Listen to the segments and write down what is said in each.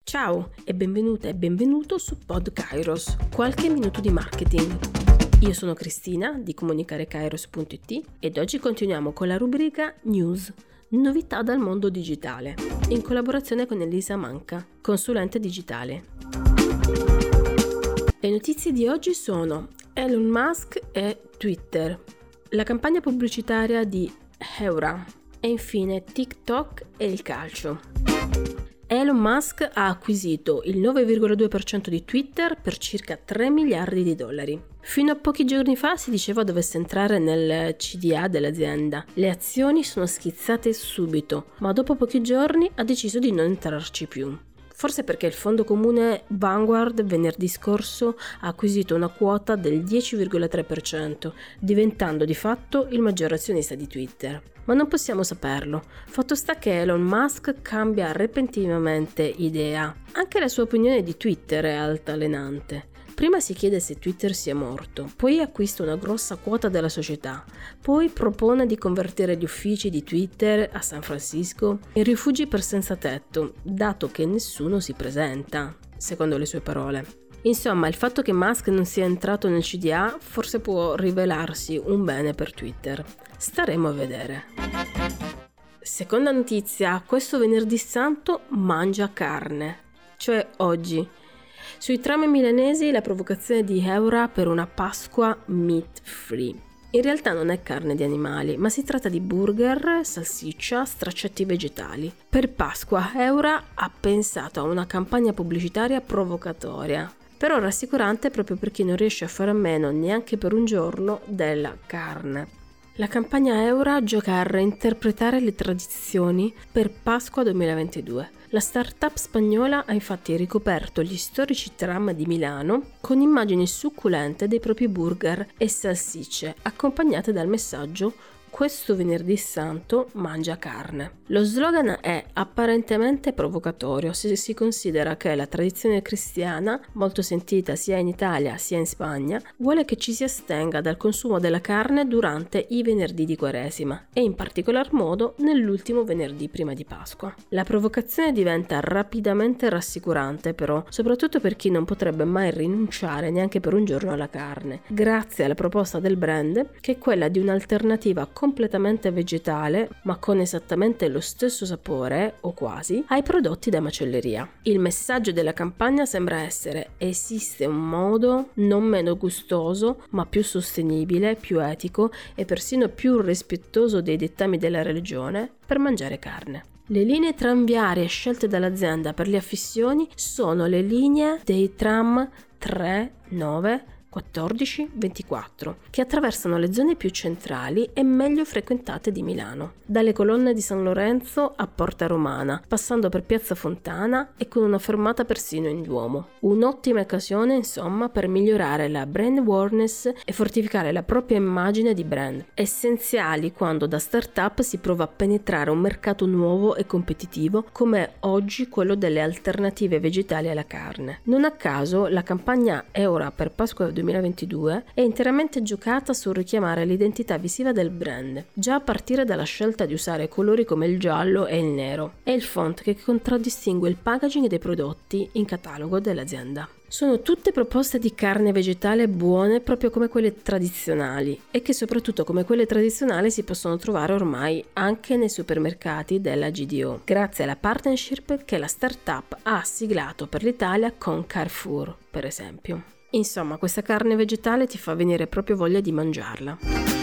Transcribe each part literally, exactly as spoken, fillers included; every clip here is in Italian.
Ciao e benvenuta e benvenuto su Pod Kairos, qualche minuto di marketing. Io sono Cristina di comunicare kairos punto it ed oggi continuiamo con la rubrica News, novità dal mondo digitale, in collaborazione con Elisa Manca, consulente digitale. Le notizie di oggi sono Elon Musk e Twitter, la campagna pubblicitaria di Heura e infine TikTok e il calcio. Elon Musk ha acquisito il nove virgola due per cento di Twitter per circa tre miliardi di dollari. Fino a pochi giorni fa si diceva dovesse entrare nel C D A dell'azienda. Le azioni sono schizzate subito, ma dopo pochi giorni ha deciso di non entrarci più. Forse perché il fondo comune Vanguard venerdì scorso ha acquisito una quota del dieci virgola tre per cento, diventando di fatto il maggior azionista di Twitter. Ma non possiamo saperlo. Fatto sta che Elon Musk cambia repentinamente idea. Anche la sua opinione di Twitter è altalenante. Prima si chiede se Twitter sia morto, poi acquista una grossa quota della società, poi propone di convertire gli uffici di Twitter a San Francisco in rifugi per senza tetto, dato che nessuno si presenta, secondo le sue parole. Insomma, il fatto che Musk non sia entrato nel C D A forse può rivelarsi un bene per Twitter. Staremo a vedere. Seconda notizia, questo venerdì santo mangia carne, cioè oggi. Sui tram milanesi la provocazione di Heura per una Pasqua meat free. In realtà non è carne di animali, ma si tratta di burger, salsiccia, straccetti vegetali. Per Pasqua Heura ha pensato a una campagna pubblicitaria provocatoria, però rassicurante proprio per chi non riesce a fare a meno neanche per un giorno della carne. La campagna Heura gioca a reinterpretare le tradizioni per Pasqua duemilaventidue. La startup spagnola ha infatti ricoperto gli storici tram di Milano con immagini succulente dei propri burger e salsicce, accompagnate dal messaggio "Questo venerdì santo mangia carne". Lo slogan è apparentemente provocatorio se si considera che la tradizione cristiana, molto sentita sia in Italia sia in Spagna, vuole che ci si astenga dal consumo della carne durante i venerdì di Quaresima e in particolar modo nell'ultimo venerdì prima di Pasqua. La provocazione diventa rapidamente rassicurante però, soprattutto per chi non potrebbe mai rinunciare neanche per un giorno alla carne, grazie alla proposta del brand che è quella di un'alternativa completamente vegetale, ma con esattamente lo stesso sapore, o quasi, ai prodotti da macelleria. Il messaggio della campagna sembra essere: esiste un modo non meno gustoso, ma più sostenibile, più etico e persino più rispettoso dei dettami della religione per mangiare carne. Le linee tranviarie scelte dall'azienda per le affissioni sono le linee dei tram tre, nove, quattordici, ventiquattro, che attraversano le zone più centrali e meglio frequentate di Milano, dalle colonne di San Lorenzo a Porta Romana, passando per Piazza Fontana e con una fermata persino in Duomo. Un'ottima occasione, insomma, per migliorare la brand awareness e fortificare la propria immagine di brand, essenziali quando da startup si prova a penetrare un mercato nuovo e competitivo come oggi quello delle alternative vegetali alla carne. Non a caso la campagna Heura per Pasqua duemilaventidue è interamente giocata sul richiamare l'identità visiva del brand, già a partire dalla scelta di usare colori come il giallo e il nero e il font che contraddistingue il packaging dei prodotti in catalogo dell'azienda. Sono tutte proposte di carne vegetale buone proprio come quelle tradizionali e che soprattutto come quelle tradizionali si possono trovare ormai anche nei supermercati della G D O, grazie alla partnership che la startup ha siglato per l'Italia con Carrefour, per esempio. Insomma, questa carne vegetale ti fa venire proprio voglia di mangiarla.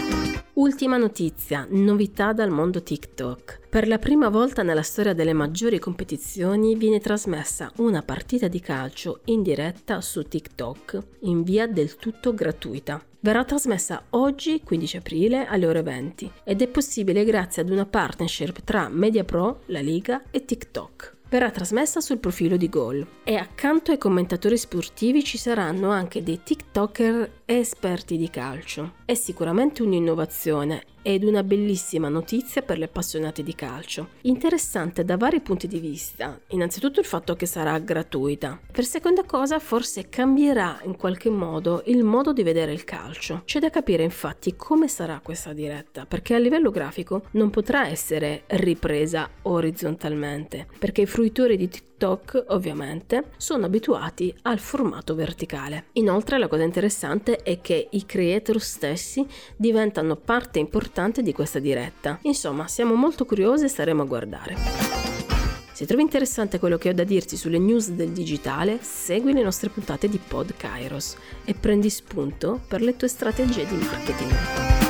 Ultima notizia, novità dal mondo TikTok. Per la prima volta nella storia delle maggiori competizioni viene trasmessa una partita di calcio in diretta su TikTok, in via del tutto gratuita. Verrà trasmessa oggi, quindici aprile, alle ore venti ed è possibile grazie ad una partnership tra MediaPro, la Liga e TikTok. Verrà trasmessa sul profilo di Gol e accanto ai commentatori sportivi ci saranno anche dei TikToker esperti di calcio. È sicuramente un'innovazione ed una bellissima notizia per gli appassionati di calcio. Interessante da vari punti di vista. Innanzitutto il fatto che sarà gratuita. Per seconda cosa, forse cambierà in qualche modo il modo di vedere il calcio. C'è da capire infatti come sarà questa diretta, perché a livello grafico non potrà essere ripresa orizzontalmente, perché i fruitori di TikTok TikTok, ovviamente, sono abituati al formato verticale. Inoltre, la cosa interessante è che i creator stessi diventano parte importante di questa diretta. Insomma, siamo molto curiosi e staremo a guardare. Se trovi interessante quello che ho da dirti sulle news del digitale, segui le nostre puntate di Pod Kairos e prendi spunto per le tue strategie di marketing.